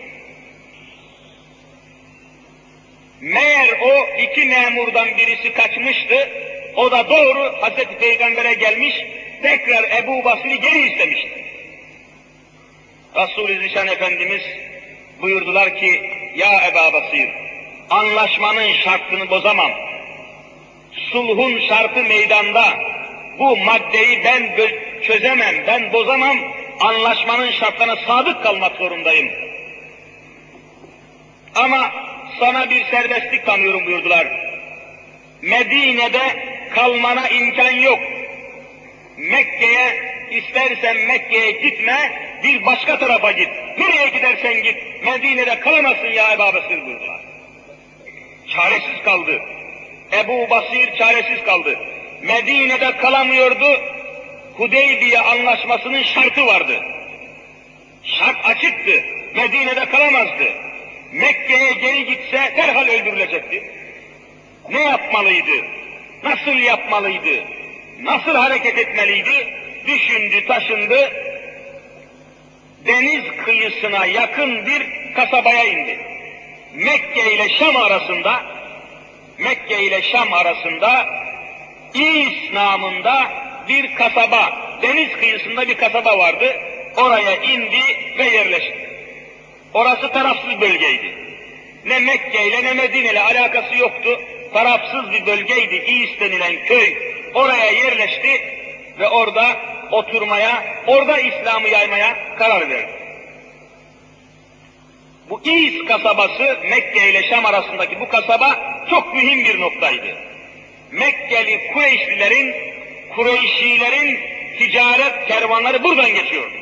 Meğer o iki memurdan birisi kaçmıştı, o da doğru Hazreti Peygamber'e gelmiş, tekrar Ebu Basir'i geri istemişti. Resul-i Zişan Efendimiz buyurdular ki, ya Ebu Basir, anlaşmanın şartını bozamam. Sulhun şartı meydanda, bu maddeyi ben çözemem, ben bozamam, anlaşmanın şartlarına sadık kalmak zorundayım. Ama sana bir serbestlik tanıyorum buyurdular. Medine'de kalmana imkan yok. Mekke'ye, istersen Mekke'ye gitme, bir başka tarafa git. Nereye gidersen git, Medine'de kalamazsın ya Ebu Basir buyurdular. Çaresiz kaldı. Ebu Basir çaresiz kaldı. Medine'de kalamıyordu, Hudeybiye anlaşmasının şartı vardı. Şart açıktı, Medine'de kalamazdı. Mekke'ye geri gitse derhal öldürülecekti. Ne yapmalıydı? Nasıl yapmalıydı? Nasıl hareket etmeliydi? Düşündü, taşındı. Deniz kıyısına yakın bir kasabaya indi. Mekke ile Şam arasında, Mekke ile Şam arasında İs namında bir kasaba, deniz kıyısında bir kasaba vardı. Oraya indi ve yerleşti. Orası tarafsız bölgeydi. Ne Mekke ile ne Medine ile alakası yoktu. Tarafsız bir bölgeydi. İs denilen köy. Oraya yerleşti ve orada oturmaya, orada İslam'ı yaymaya karar verdi. Bu İs kasabası, Mekke ile Şam arasındaki bu kasaba çok mühim bir noktaydı. Mekkeli Kureyşlilerin, Kureyşilerin ticaret kervanları buradan geçiyordu.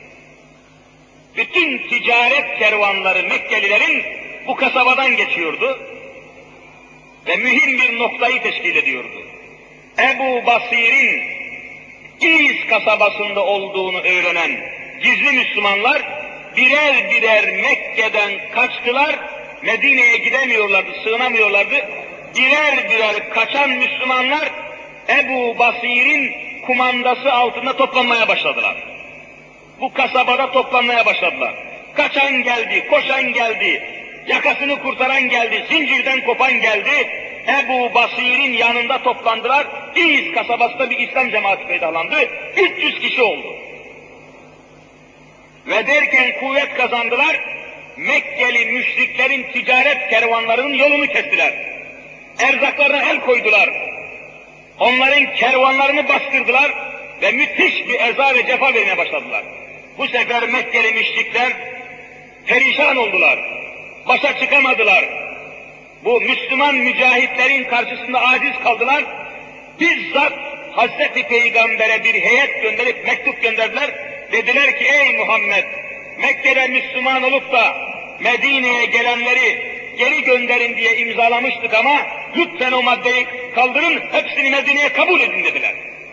Bütün ticaret kervanları Mekkelilerin bu kasabadan geçiyordu ve mühim bir noktayı teşkil ediyordu. Ebu Basir'in İz kasabasında olduğunu öğrenen gizli Müslümanlar birer birer Mekke'den kaçtılar, Medine'ye gidemiyorlardı, sığınamıyorlardı. Birer birer kaçan Müslümanlar Ebu Basir'in kumandası altında toplanmaya başladılar. Bu kasabada toplanmaya başladılar. Kaçan geldi, koşan geldi, yakasını kurtaran geldi, zincirden kopan geldi. Ebu Basir'in yanında toplandılar. İz kasabasında bir İslam cemaati peydalandı. üç yüz kişi oldu. Ve derken kuvvet kazandılar. Mekkeli müşriklerin ticaret kervanlarının yolunu kestiler. Erzaklarına el koydular. Onların kervanlarını bastırdılar ve müthiş bir eza ve cefa vermeye başladılar. Bu sefer Mekkeli müşrikler perişan oldular. Başa çıkamadılar. Bu Müslüman mücahitlerin karşısında aciz kaldılar. Bizzat Hazreti Peygamber'e bir heyet gönderip mektup gönderdiler. Dediler ki ey Muhammed, Mekke'de Müslüman olup da Medine'ye gelenleri geri gönderin diye imzalamıştık ama lütfen o maddeyi kaldırın, hepsini Medine'ye kabul edin dediler.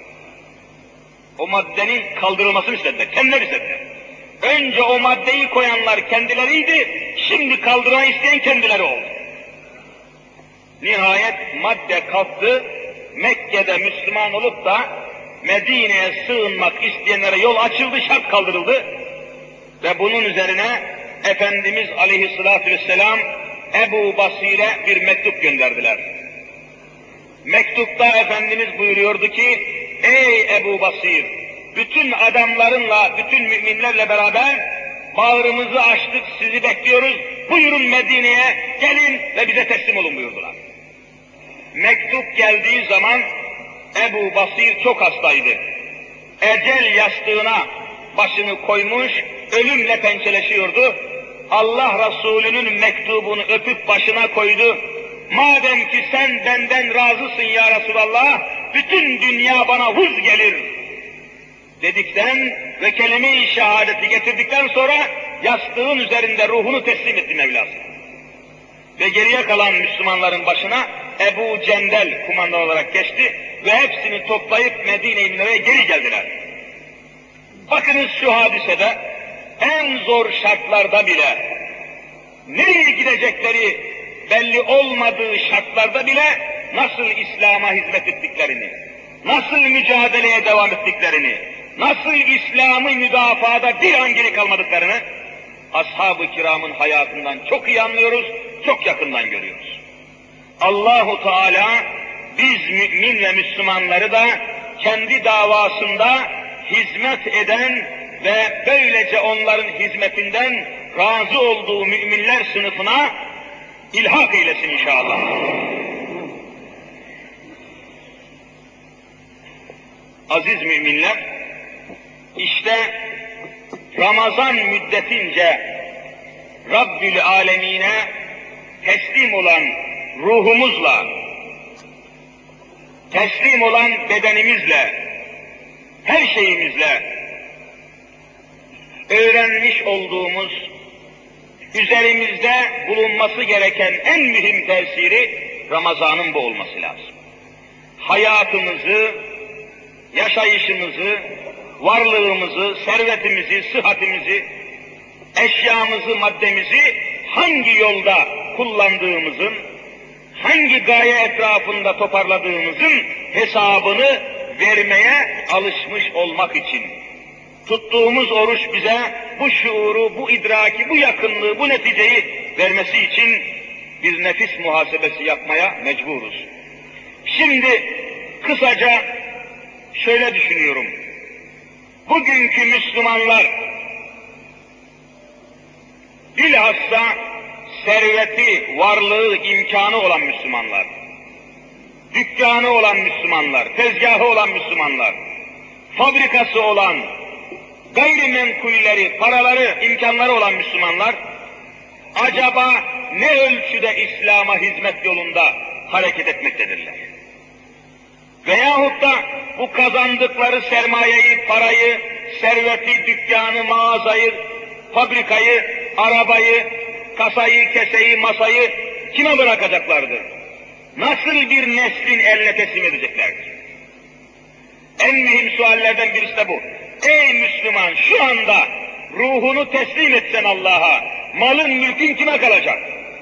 O maddenin kaldırılmasını istediler, kendileri istediler. Önce o maddeyi koyanlar kendileriydi, şimdi kaldırmayı isteyen kendileri oldu. Nihayet madde kalktı, Mekke'de Müslüman olup da Medine'ye sığınmak isteyenlere yol açıldı, şart kaldırıldı. Ve bunun üzerine Efendimiz Aleyhisselatü Vesselam Ebu Basir'e bir mektup gönderdiler. Mektupta Efendimiz buyuruyordu ki, ey Ebu Basir, bütün adamlarınla, bütün müminlerle beraber bağrımızı açtık, sizi bekliyoruz, buyurun Medine'ye gelin ve bize teslim olun buyurdular. Mektup geldiği zaman Ebu Basir çok hastaydı. Ecel yastığına başını koymuş, ölümle pençeleşiyordu. Allah Resulü'nün mektubunu öpüp başına koydu. Madem ki sen benden razısın ya Resulallah, bütün dünya bana huz gelir dedikten ve kelime-i şehadeti getirdikten sonra yastığın üzerinde ruhunu teslim etti Mevlasına. Ve geriye kalan Müslümanların başına Ebu Cendel kumandan olarak geçti ve hepsini toplayıp Medine-i Münevvere'ye geri geldiler. Bakınız şu hadisede en zor şartlarda bile, nereye gidecekleri belli olmadığı şartlarda bile nasıl İslam'a hizmet ettiklerini, nasıl mücadeleye devam ettiklerini, nasıl İslam'ı müdafaada bir an geri kalmadıklarını ashab-ı kiramın hayatından çok iyi anlıyoruz, çok yakından görüyoruz. Allahu Teala biz mümin ve Müslümanları da kendi davasında hizmet eden ve böylece onların hizmetinden razı olduğu müminler sınıfına ilhak eylesin inşallah. Aziz müminler, işte Ramazan müddetince Rabbül Alemine teslim olan ruhumuzla, teslim olan bedenimizle, her şeyimizle öğrenmiş olduğumuz, üzerimizde bulunması gereken en mühim tesiri Ramazan'ın bu olması lazım. Hayatımızı, yaşayışımızı, varlığımızı, servetimizi, sıhhatimizi, eşyamızı, maddemizi hangi yolda kullandığımızın, hangi gaye etrafında toparladığımızın hesabını vermeye alışmış olmak için. Tuttuğumuz oruç bize bu şuuru, bu idraki, bu yakınlığı, bu neticeyi vermesi için bir nefis muhasebesi yapmaya mecburuz. Şimdi kısaca şöyle düşünüyorum. Bugünkü Müslümanlar, bilhassa serveti, varlığı, imkanı olan Müslümanlar, dükkanı olan Müslümanlar, tezgahı olan Müslümanlar, fabrikası olan, gayrimenkulleri, paraları, imkanları olan Müslümanlar, acaba ne ölçüde İslam'a hizmet yolunda hareket etmektedirler? Veyahut da bu kazandıkları sermayeyi, parayı, serveti, dükkanı, mağazayı, fabrikayı, arabayı, kasayı, keseyi, masayı kime bırakacaklardır? Nasıl bir neslin eline teslim edeceklerdir? En mühim suallerden birisi de bu. Ey Müslüman, şu anda ruhunu teslim etsen Allah'a, malın mülkün kime kalacak?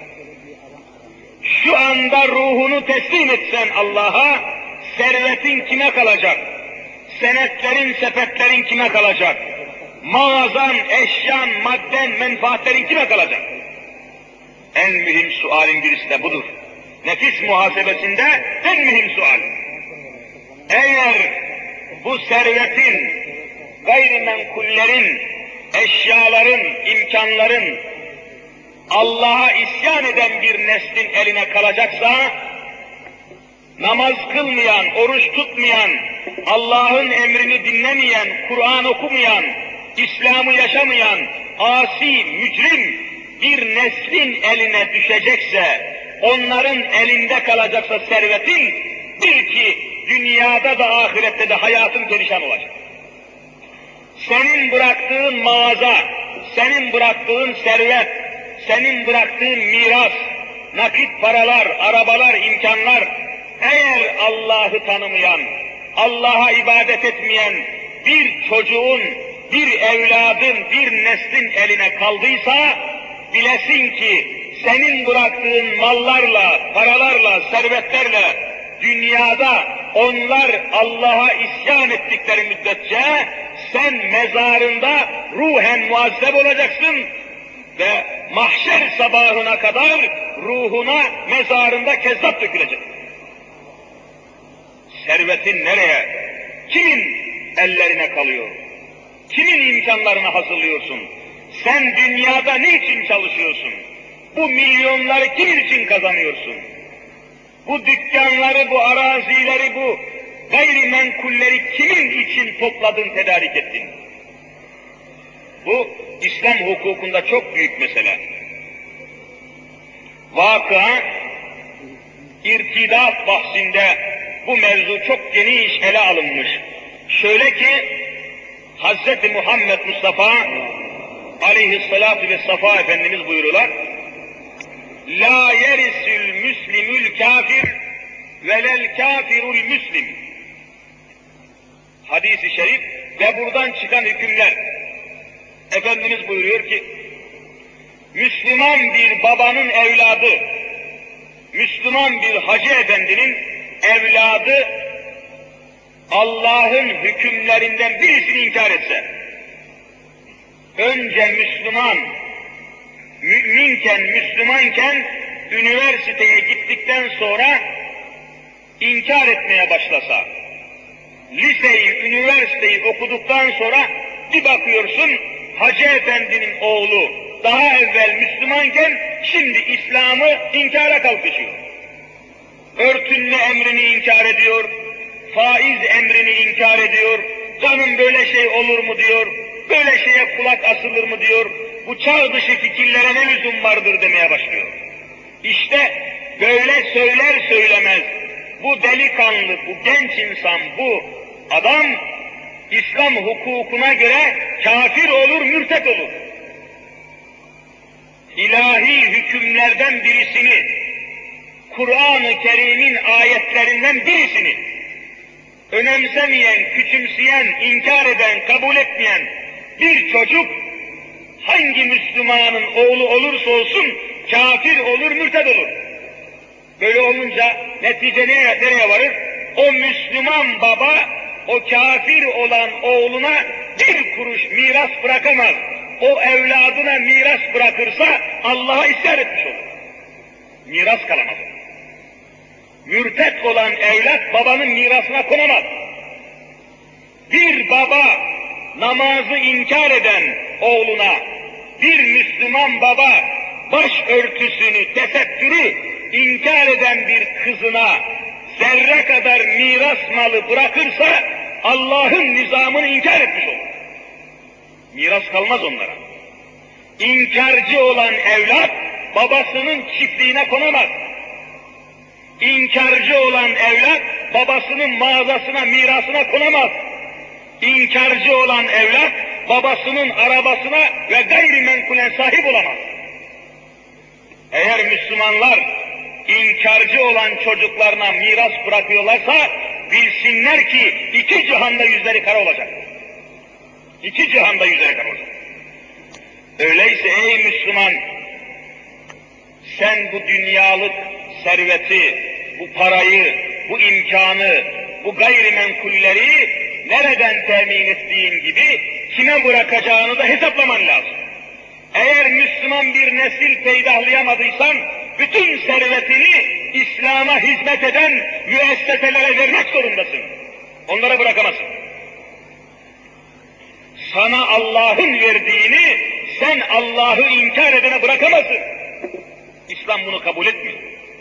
Şu anda ruhunu teslim etsen Allah'a, servetin kime kalacak? Senetlerin, sepetlerin kime kalacak? Mağazan, eşyan, madden, menfaatlerin kime kalacak? En mühim sualin birisi de budur. Nefis muhasebesinde en mühim sual. Eğer bu servetin, gayrimenkullerin, eşyaların, imkanların Allah'a isyan eden bir neslin eline kalacaksa, namaz kılmayan, oruç tutmayan, Allah'ın emrini dinlemeyen, Kur'an okumayan, İslam'ı yaşamayan, asi, mücrim bir neslin eline düşecekse, onların elinde kalacaksa servetin, bil ki dünyada da ahirette de hayatın perişan olacak. Senin bıraktığın mağaza, senin bıraktığın servet, senin bıraktığın miras, nakit paralar, arabalar, imkanlar, eğer Allah'ı tanımayan, Allah'a ibadet etmeyen bir çocuğun, bir evladın, bir neslin eline kaldıysa, bilesin ki senin bıraktığın mallarla, paralarla, servetlerle dünyada onlar Allah'a isyan ettikleri müddetçe sen mezarında ruhen muazzeb olacaksın ve mahşer sabahına kadar ruhuna mezarında kezzap dökülecek. Servetin nereye, kimin ellerine kalıyor? Kimin imkanlarına hazırlıyorsun? Sen dünyada niçin çalışıyorsun? Bu milyonları kimin için kazanıyorsun? Bu dükkanları, bu arazileri, bu gayrimenkulleri kimin için topladın, tedarik ettin? Bu İslam hukukunda çok büyük mesele. Vakıa, irtidat bahsinde bu mevzu çok geniş ele alınmış. Şöyle ki, Hazreti Muhammed Mustafa aleyhissalatu vesselam Efendimiz buyuruyorlar, La yerisül müslimül kafir velel kafirul müslim. Hadis-i şerif ve buradan çıkan hükümler. Efendimiz buyuruyor ki, Müslüman bir babanın evladı, Müslüman bir hacı efendinin evladı Allah'ın hükümlerinden birisini inkar etse, önce Müslüman, müminken, Müslümanken üniversiteye gittikten sonra inkar etmeye başlasa, liseyi, üniversiteyi okuduktan sonra bir bakıyorsun, Hacı Efendi'nin oğlu daha evvel Müslümanken şimdi İslam'ı inkara kalkışıyor. Örtünme emrini inkar ediyor, faiz emrini inkar ediyor, canım böyle şey olur mu diyor, böyle şeye kulak asılır mı diyor, bu çağ dışı fikirlere ne lüzum vardır demeye başlıyor. İşte böyle söyler söylemez bu delikanlı, bu genç insan, bu adam İslam hukukuna göre kafir olur, mürtet olur. İlahi hükümlerden birisini, Kur'an-ı Kerim'in ayetlerinden birisini önemsemeyen, küçümseyen, inkar eden, kabul etmeyen bir çocuk hangi Müslümanın oğlu olursa olsun kafir olur, mürted olur. Böyle olunca netice nereye, nereye varır? O Müslüman baba o kafir olan oğluna bir kuruş miras bırakamaz. O evladına miras bırakırsa Allah'a isyan etmiş olur. Miras kalamaz. Mürtet olan evlat babanın mirasına konamaz. Bir baba namazı inkar eden oğluna, bir Müslüman baba başörtüsünü, tesettürü inkar eden bir kızına zerre kadar miras malı bırakırsa Allah'ın nizamını inkar etmiş olur. Miras kalmaz onlara. İnkarcı olan evlat babasının çiftliğine konamaz. İnkarcı olan evlat babasının mağazasına, mirasına konamaz. İnkarcı olan evlat babasının arabasına ve gayrimenkulen sahip olamaz. Eğer Müslümanlar inkarcı olan çocuklarına miras bırakıyorlarsa bilsinler ki iki cihanda yüzleri kara olacak. İki cihanda yüzleri kara olacak. Öyleyse ey Müslüman, sen bu dünyalık serveti, bu parayı, bu imkanı, bu gayrimenkulleri nereden temin ettiğin gibi kime bırakacağını da hesaplaman lazım. Eğer Müslüman bir nesil peydahlayamadıysan bütün servetini İslam'a hizmet eden müesseselere vermek zorundasın. Onlara bırakamazsın. Sana Allah'ın verdiğini sen Allah'ı inkar edene bırakamazsın. İslam bunu kabul etmiyor.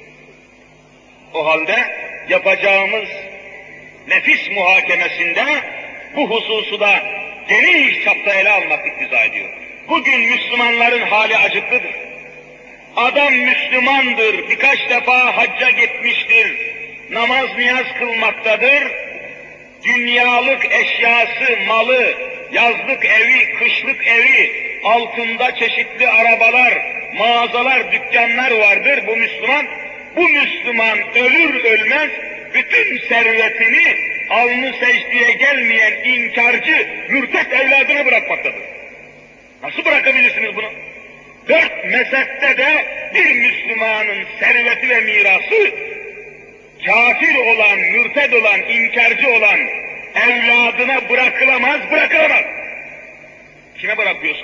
O halde yapacağımız nefis muhakemesinde bu hususu da geniş çapta ele almak iktiza ediyor. Bugün Müslümanların hali acıklıdır. Adam Müslümandır, birkaç defa hacca gitmiştir, namaz niyaz kılmaktadır, dünyalık eşyası, malı, yazlık evi, kışlık evi, altında çeşitli arabalar, mağazalar, dükkanlar vardır bu Müslüman. Bu Müslüman ölür ölmez bütün servetini alnı secdeye gelmeyen inkarcı, mürtet evladına bırakmaktadır. Nasıl bırakabilirsiniz bunu? Dört mezhepte de bir Müslümanın serveti ve mirası, kafir olan, mürted olan, inkarcı olan evladına bırakılamaz, bırakılamaz. Kime bırakıyorsun?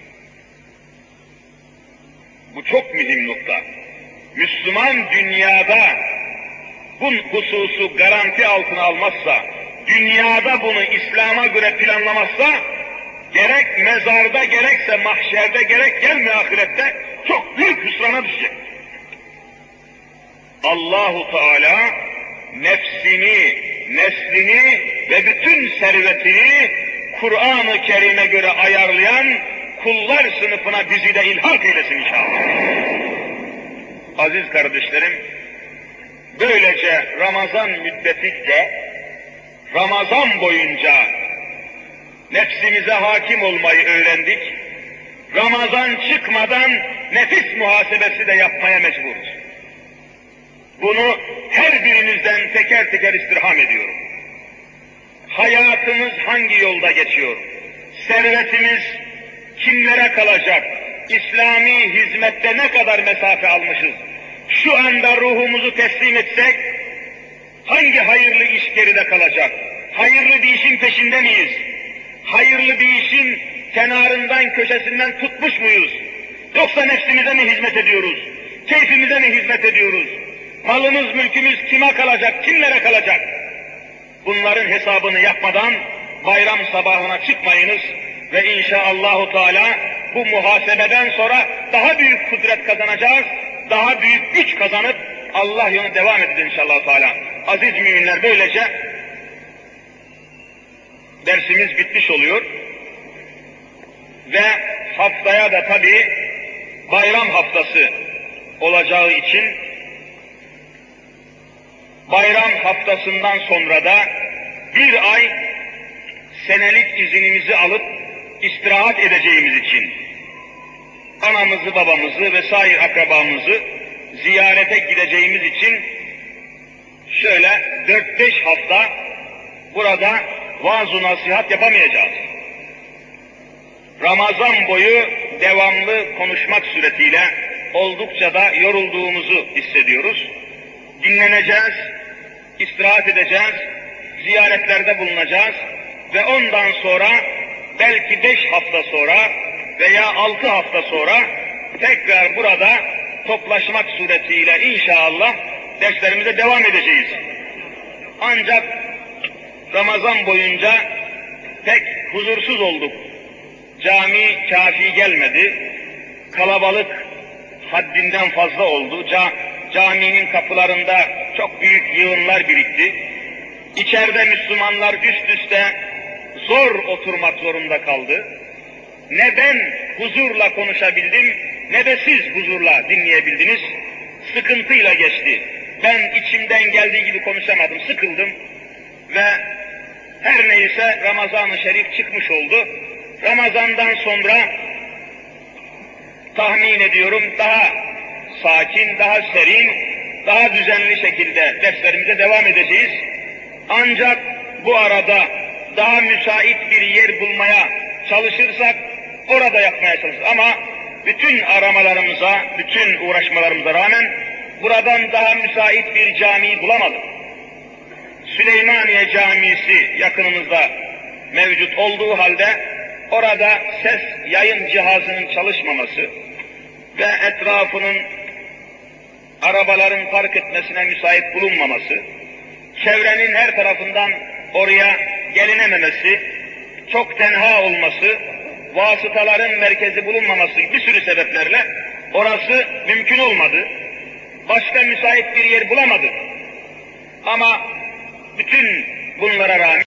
Bu çok mühim nokta. Müslüman dünyada bu hususu garanti altına almazsa, dünyada bunu İslam'a göre planlamazsa, gerek mezarda, gerekse mahşerde, gerek gelme ahirette çok büyük hüsrana düşecek. Allahu Teala nefsini, neslini ve bütün servetini Kur'an-ı Kerim'e göre ayarlayan kullar sınıfına bizi de ilhak eylesin inşallah. Aziz kardeşlerim, böylece Ramazan müddetince, Ramazan boyunca nefsimize hakim olmayı öğrendik. Ramazan çıkmadan nefis muhasebesi de yapmaya mecburuz. Bunu her birinizden teker teker istirham ediyorum. Hayatımız hangi yolda geçiyor? Servetimiz kimlere kalacak? İslami hizmette ne kadar mesafe almışız? Şu anda ruhumuzu teslim etsek, hangi hayırlı iş geride kalacak? Hayırlı bir işin peşinde miyiz? Hayırlı bir işin kenarından, köşesinden tutmuş muyuz? Yoksa nefsimize mi hizmet ediyoruz? Keyfimize mi hizmet ediyoruz? Malımız, mülkümüz kime kalacak, kimlere kalacak? Bunların hesabını yapmadan bayram sabahına çıkmayınız ve inşallahü teala bu muhasebeden sonra daha büyük kudret kazanacağız, daha büyük güç kazanıp Allah yoluna devam edeceğiz inşallah teala. Aziz müminler, böylece dersimiz bitmiş oluyor ve haftaya da tabii bayram haftası olacağı için bayram haftasından sonra da bir ay senelik iznimizi alıp istirahat edeceğimiz için anamızı, babamızı vesaire akrabamızı ziyarete gideceğimiz için şöyle dört beş hafta burada vaaz-ı nasihat yapamayacağız. Ramazan boyu devamlı konuşmak suretiyle oldukça da yorulduğumuzu hissediyoruz. Dinleneceğiz, istirahat edeceğiz, ziyaretlerde bulunacağız ve ondan sonra belki beş hafta sonra veya altı hafta sonra tekrar burada toplaşmak suretiyle inşallah derslerimize devam edeceğiz. Ancak Ramazan boyunca pek huzursuz olduk. Cami kafi gelmedi, kalabalık haddinden fazla oldu. Ca caminin kapılarında çok büyük yığınlar birikti. İçeride Müslümanlar üst üste zor oturmak zorunda kaldı. Ne ben huzurla konuşabildim, ne de siz huzurla dinleyebildiniz. Sıkıntıyla geçti. Ben içimden geldiği gibi konuşamadım, sıkıldım ve her neyse Ramazan-ı Şerif çıkmış oldu. Ramazan'dan sonra tahmin ediyorum daha sakin, daha serin, daha düzenli şekilde derslerimize devam edeceğiz. Ancak bu arada daha müsait bir yer bulmaya çalışırsak orada yapmaya çalışırız. Ama bütün aramalarımıza, bütün uğraşmalarımıza rağmen buradan daha müsait bir cami bulamadık. Süleymaniye Camisi yakınımızda mevcut olduğu halde orada ses yayın cihazının çalışmaması ve etrafının arabaların park etmesine müsait bulunmaması, çevrenin her tarafından oraya gelinememesi, çok tenha olması, vasıtaların merkezi bulunmaması bir sürü sebeplerle orası mümkün olmadı. Başka müsait bir yer bulamadık. Ama bütün bunlara rağmen